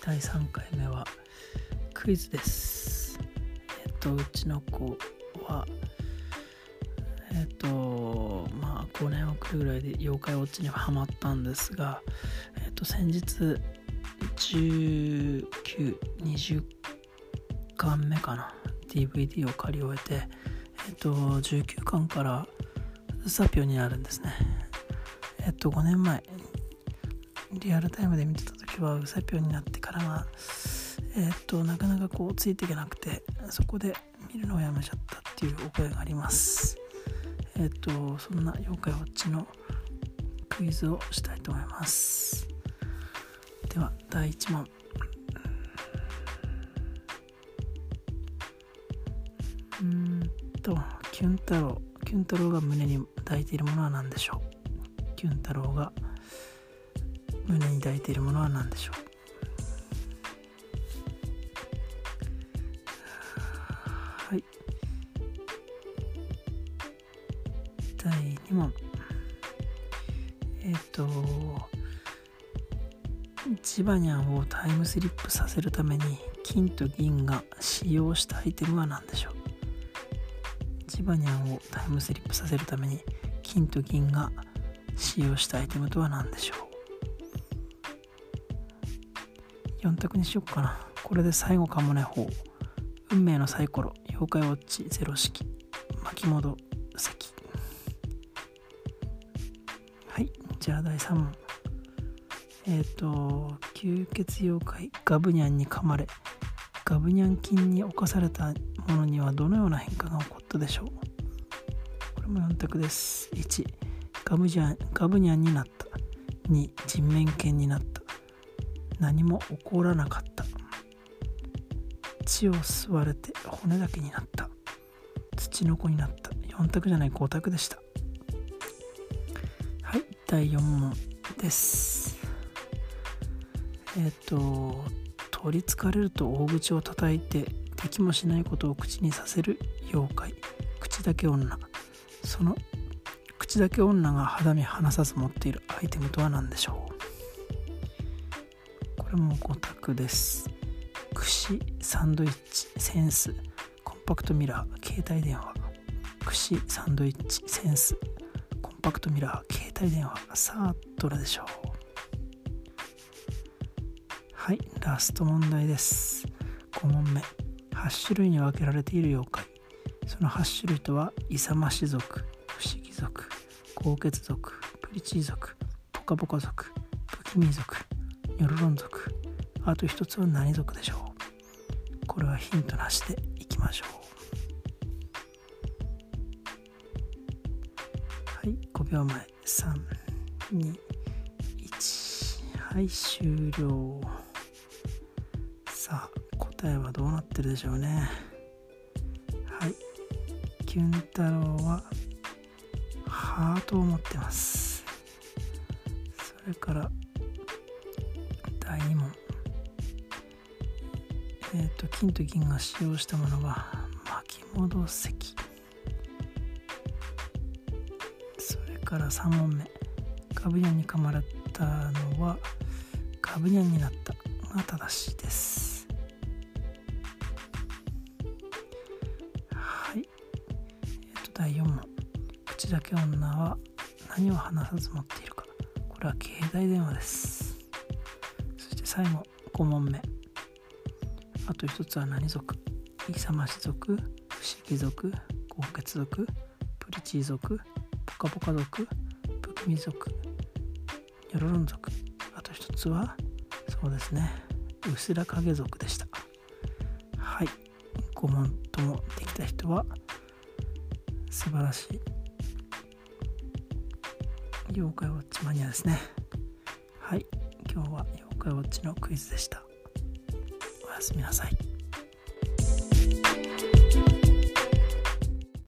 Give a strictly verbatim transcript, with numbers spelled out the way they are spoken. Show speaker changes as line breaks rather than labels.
だいさんかいめはクイズです。えっとうちの子はえっとまあごねん遅れぐらいで妖怪ウォッチにはハマったんですが、えっと先日じゅうきゅう、にじゅっかんめかな ディーブイディー を借り終えて、えっとじゅうきゅうかんから発表になるんですね。えっとごねんまえリアルタイムで見てた時はうさぴょんになってからがえっとなかなかこうついていけなくて、そこで見るのをやめちゃったっていう覚えがあります。えっとそんな妖怪ウォッチのクイズをしたいと思います。ではだいいちもん。うーんとキュン太郎キュン太郎が胸に抱いているものは何でしょう。キュン太郎が胸に抱いているものは何でしょう。はい。だいにもん。えっとジバニャンをタイムスリップさせるために金と銀が使用したアイテムは何でしょう。ジバニャンをタイムスリップさせるために金と銀が使用したアイテムとは何でしょう。よん択にしよっかな。これで最後かもね。ほう運命のサイコロ妖怪ウォッチゼロ式巻き戻石。はい、じゃあだいさんもん。えっと吸血妖怪ガブニャンに噛まれガブニャン菌に侵されたものにはどのような変化が起こったでしょう。これもよん択です。いちガブニャンガブニャンになった。に人面犬になった。何も起こらなかった。血を吸われて骨だけになった。土の子になった。よん択じゃないご択でした。はい、だいよんもんです。えっと取りつかれると大口を叩いてできもしないことを口にさせる妖怪口だけ女。その口だけ女が肌身離さず持っているアイテムとは何でしょう。これもご択です。串、サンドイッチ、センス、コンパクトミラー、携帯電話。串、サンドイッチ、センス、コンパクトミラー、携帯電話。さあどれでしょう。はい、ラスト問題です。ごもんめ。はち種類に分けられている妖怪。そのはち種類とは勇まし族、不思議族、高血族、プリチー族、ポカポカ族、不気味族、ニョロロン族。あと一つは何族でしょう。これはヒントなしでいきましょう。はい、ごびょうまえ。さん、に、いち。はい終了。さあ答えはどうなってるでしょうね。はい、キュン太郎はハートを持ってます。それからだいにもん。えっと金と銀が使用したものは巻き戻石。それからさんもんめ。ガブニャンに噛まれたのはガブニャンになったが正しいです。はい、えっとだいよんもん。口だけ女は何を話さず持っているか。これは携帯電話です。そして最後ごもんめ。あと一つは何族。勇まし族、不思議族、高血族、プリチー族、ポカポカ族、不気味族、ニョロロン族。あと一つはそうですねうすら影族でした。はい、ごもんともできた人は素晴らしい妖怪ウォッチマニアですね。はい、今日は妖怪ウォッチのクイズでした。おやすみなさい。